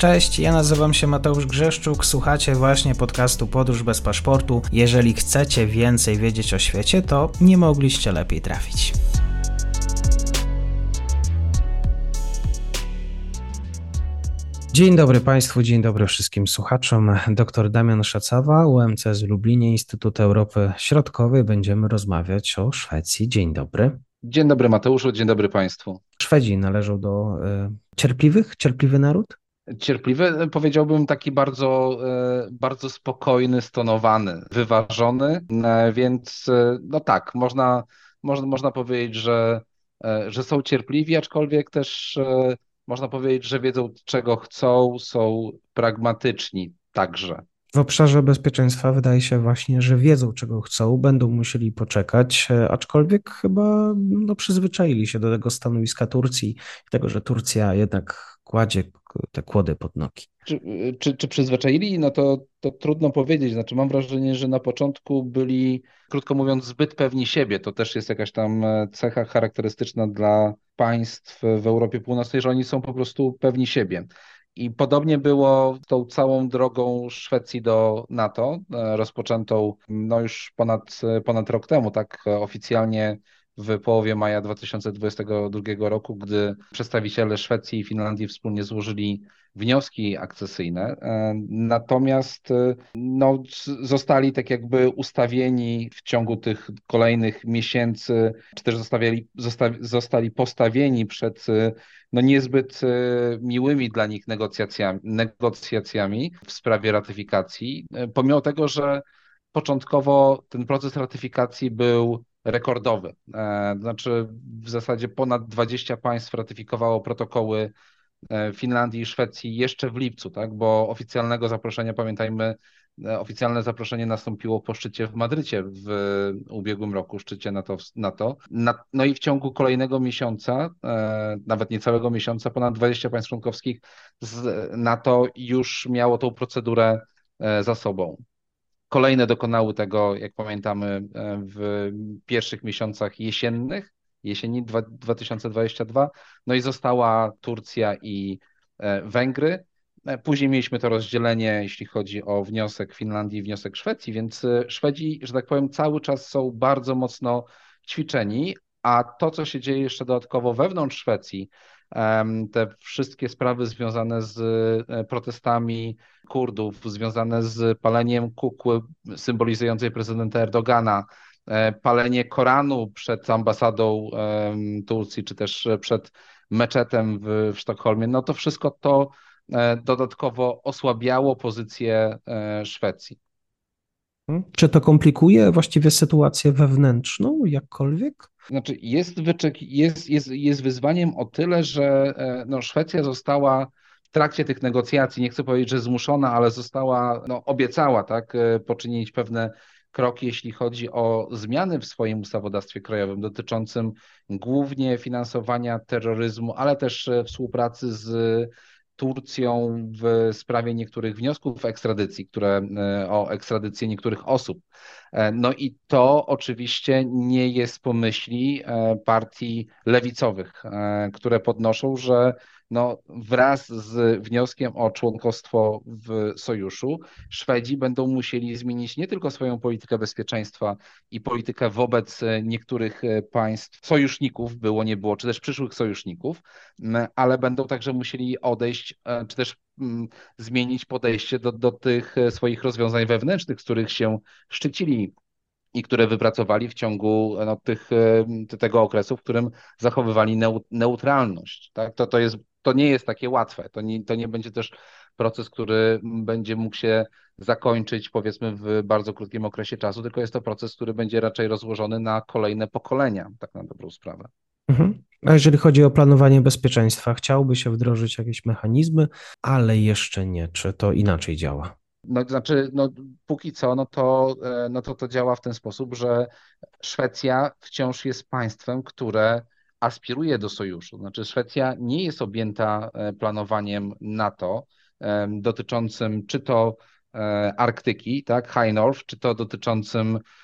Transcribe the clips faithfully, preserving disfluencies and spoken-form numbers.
Cześć, ja nazywam się Mateusz Grzeszczuk, słuchacie właśnie podcastu Podróż bez paszportu. Jeżeli chcecie więcej wiedzieć o świecie, to nie mogliście lepiej trafić. Dzień dobry Państwu, dzień dobry wszystkim słuchaczom. Doktor Damian Szacawa, U M C z Lublinie, Instytut Europy Środkowej. Będziemy rozmawiać o Szwecji. Dzień dobry. Dzień dobry Mateuszu, dzień dobry Państwu. Szwedzi należą do y, cierpliwych, cierpliwy naród? Cierpliwy, powiedziałbym taki bardzo, bardzo spokojny, stonowany, wyważony, więc no tak, można, można, można powiedzieć, że, że są cierpliwi, aczkolwiek też można powiedzieć, że wiedzą czego chcą, są pragmatyczni także. W obszarze bezpieczeństwa wydaje się właśnie, że wiedzą czego chcą, będą musieli poczekać, aczkolwiek chyba no, przyzwyczaili się do tego stanowiska Turcji, tego, że Turcja jednak kładzie te kłody pod nogi. Czy, czy, czy przyzwyczaili? No to, to trudno powiedzieć. Znaczy mam wrażenie, że na początku byli, krótko mówiąc, zbyt pewni siebie. To też jest jakaś tam cecha charakterystyczna dla państw w Europie Północnej, że oni są po prostu pewni siebie. I podobnie było tą całą drogą Szwecji do NATO, rozpoczętą no już ponad, ponad rok temu, tak oficjalnie w połowie maja dwa tysiące dwudziestego drugiego roku, gdy przedstawiciele Szwecji i Finlandii wspólnie złożyli wnioski akcesyjne. Natomiast no, zostali tak jakby ustawieni w ciągu tych kolejnych miesięcy, czy też zostawiali, zosta, zostali postawieni przed no, niezbyt miłymi dla nich negocjacjami, negocjacjami w sprawie ratyfikacji, pomimo tego, że początkowo ten proces ratyfikacji był rekordowy. Znaczy w zasadzie ponad dwadzieścia państw ratyfikowało protokoły Finlandii i Szwecji jeszcze w lipcu, tak? Bo oficjalnego zaproszenia, pamiętajmy, oficjalne zaproszenie nastąpiło po szczycie w Madrycie w ubiegłym roku, szczycie NATO. NATO. No i w ciągu kolejnego miesiąca, nawet niecałego miesiąca, ponad dwadzieścia państw członkowskich z NATO już miało tą procedurę za sobą. Kolejne dokonały tego, jak pamiętamy, w pierwszych miesiącach jesiennych, jesieni dwa tysiące dwudziestego drugiego. No i została Turcja i Węgry. Później mieliśmy to rozdzielenie, jeśli chodzi o wniosek Finlandii i wniosek Szwecji, więc Szwedzi, że tak powiem, cały czas są bardzo mocno ćwiczeni, a to, co się dzieje jeszcze dodatkowo wewnątrz Szwecji, te wszystkie sprawy związane z protestami Kurdów, związane z paleniem kukły symbolizującej prezydenta Erdogana, palenie Koranu przed ambasadą Turcji, czy też przed meczetem w, w Sztokholmie, no to wszystko to dodatkowo osłabiało pozycję Szwecji. Czy to komplikuje właściwie sytuację wewnętrzną jakkolwiek? Znaczy jest, wyczek, jest, jest, jest wyzwaniem o tyle, że no, Szwecja została w trakcie tych negocjacji, nie chcę powiedzieć, że zmuszona, ale została, no, obiecała, tak, poczynić pewne kroki, jeśli chodzi o zmiany w swoim ustawodawstwie krajowym dotyczącym głównie finansowania terroryzmu, ale też współpracy z Turcją w sprawie niektórych wniosków ekstradycji, które o ekstradycję niektórych osób. No i to oczywiście nie jest pomyśli partii lewicowych, które podnoszą, że no wraz z wnioskiem o członkostwo w sojuszu Szwedzi będą musieli zmienić nie tylko swoją politykę bezpieczeństwa i politykę wobec niektórych państw sojuszników, było, nie było, czy też przyszłych sojuszników, ale będą także musieli odejść, czy też zmienić podejście do, do tych swoich rozwiązań wewnętrznych, z których się szczycili i które wypracowali w ciągu no, tych, tego okresu, w którym zachowywali neutralność. Tak? To, to, jest, to nie jest takie łatwe. To nie, to nie będzie też proces, który będzie mógł się zakończyć powiedzmy w bardzo krótkim okresie czasu, tylko jest to proces, który będzie raczej rozłożony na kolejne pokolenia, tak na dobrą sprawę. Mhm. A jeżeli chodzi o planowanie bezpieczeństwa, chciałby się wdrożyć jakieś mechanizmy, ale jeszcze nie. Czy to inaczej działa? No, to znaczy, no, póki co, no to, no to to działa w ten sposób, że Szwecja wciąż jest państwem, które aspiruje do sojuszu. Znaczy, Szwecja nie jest objęta planowaniem NATO dotyczącym czy to Arktyki, tak, High North, czy to dotyczącym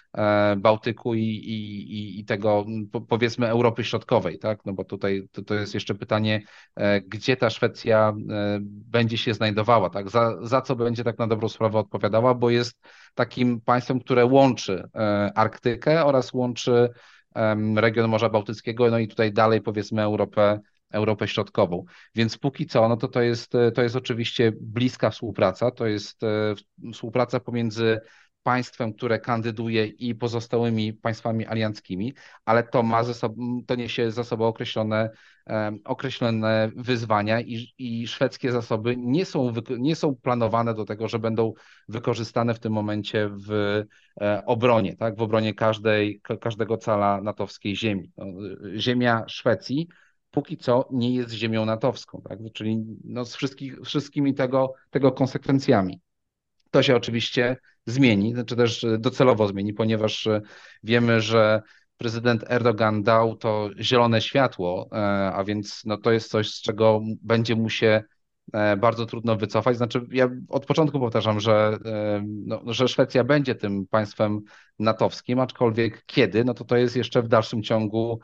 Bałtyku i, i, i tego, powiedzmy, Europy Środkowej, tak? No bo tutaj to, to jest jeszcze pytanie, gdzie ta Szwecja będzie się znajdowała, tak? Za, za co będzie tak na dobrą sprawę odpowiadała, bo jest takim państwem, które łączy Arktykę oraz łączy region Morza Bałtyckiego, no i tutaj dalej powiedzmy Europę, Europę Środkową. Więc póki co, no to to jest, to jest oczywiście bliska współpraca, to jest współpraca pomiędzy państwem, które kandyduje i pozostałymi państwami alianckimi, ale to ma ze sobą, to niesie za sobą określone, um, określone wyzwania i, i szwedzkie zasoby nie są, nie są planowane do tego, że będą wykorzystane w tym momencie w e, obronie, tak? W obronie każdej, każdego cala natowskiej ziemi. No, ziemia Szwecji póki co nie jest ziemią natowską, tak? Czyli no, z wszystkich, wszystkimi tego, tego konsekwencjami. To się oczywiście zmieni, znaczy też docelowo zmieni, ponieważ e, wiemy, że prezydent Erdogan dał to zielone światło, e, a więc no, to jest coś, z czego będzie mu się e, bardzo trudno wycofać. Znaczy, ja od początku powtarzam, że, no, że Szwecja będzie tym państwem natowskim, aczkolwiek kiedy, no to to jest jeszcze w dalszym ciągu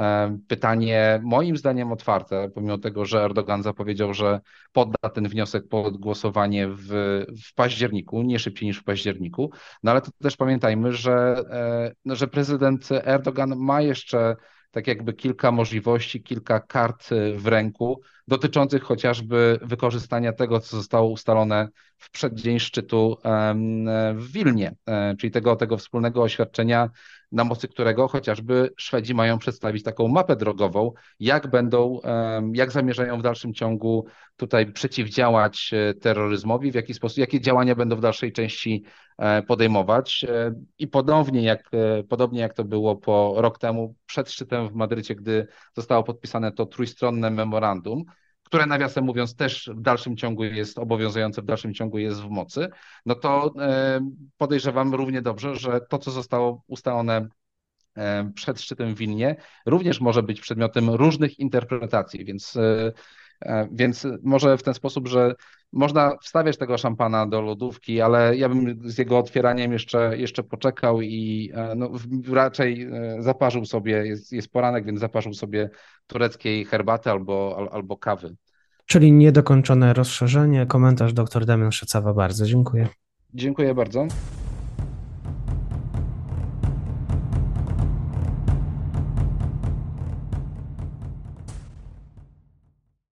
pytanie moim zdaniem otwarte, pomimo tego, że Erdogan zapowiedział, że podda ten wniosek pod głosowanie w, w październiku, nie szybciej niż w październiku. No ale to też pamiętajmy, że, no, że prezydent Erdogan ma jeszcze tak jakby kilka możliwości, kilka kart w ręku dotyczących chociażby wykorzystania tego, co zostało ustalone w przeddzień szczytu w Wilnie, czyli tego, tego wspólnego oświadczenia, na mocy którego chociażby Szwedzi mają przedstawić taką mapę drogową, jak będą, jak zamierzają w dalszym ciągu tutaj przeciwdziałać terroryzmowi, w jaki sposób, jakie działania będą w dalszej części podejmować. I ponownie, jak, podobnie jak to było po rok temu przed szczytem w Madrycie, gdy zostało podpisane to trójstronne memorandum, które nawiasem mówiąc też w dalszym ciągu jest obowiązujące, w dalszym ciągu jest w mocy, no to podejrzewam równie dobrze, że to, co zostało ustalone przed szczytem w Wilnie, również może być przedmiotem różnych interpretacji, więc, więc może w ten sposób, że można wstawiać tego szampana do lodówki, ale ja bym z jego otwieraniem jeszcze, jeszcze poczekał i no, raczej zaparzył sobie, jest, jest poranek, więc zaparzył sobie tureckiej herbaty albo, albo kawy. Czyli niedokończone rozszerzenie. Komentarz dr Damian Szecawa. Bardzo dziękuję. Dziękuję bardzo.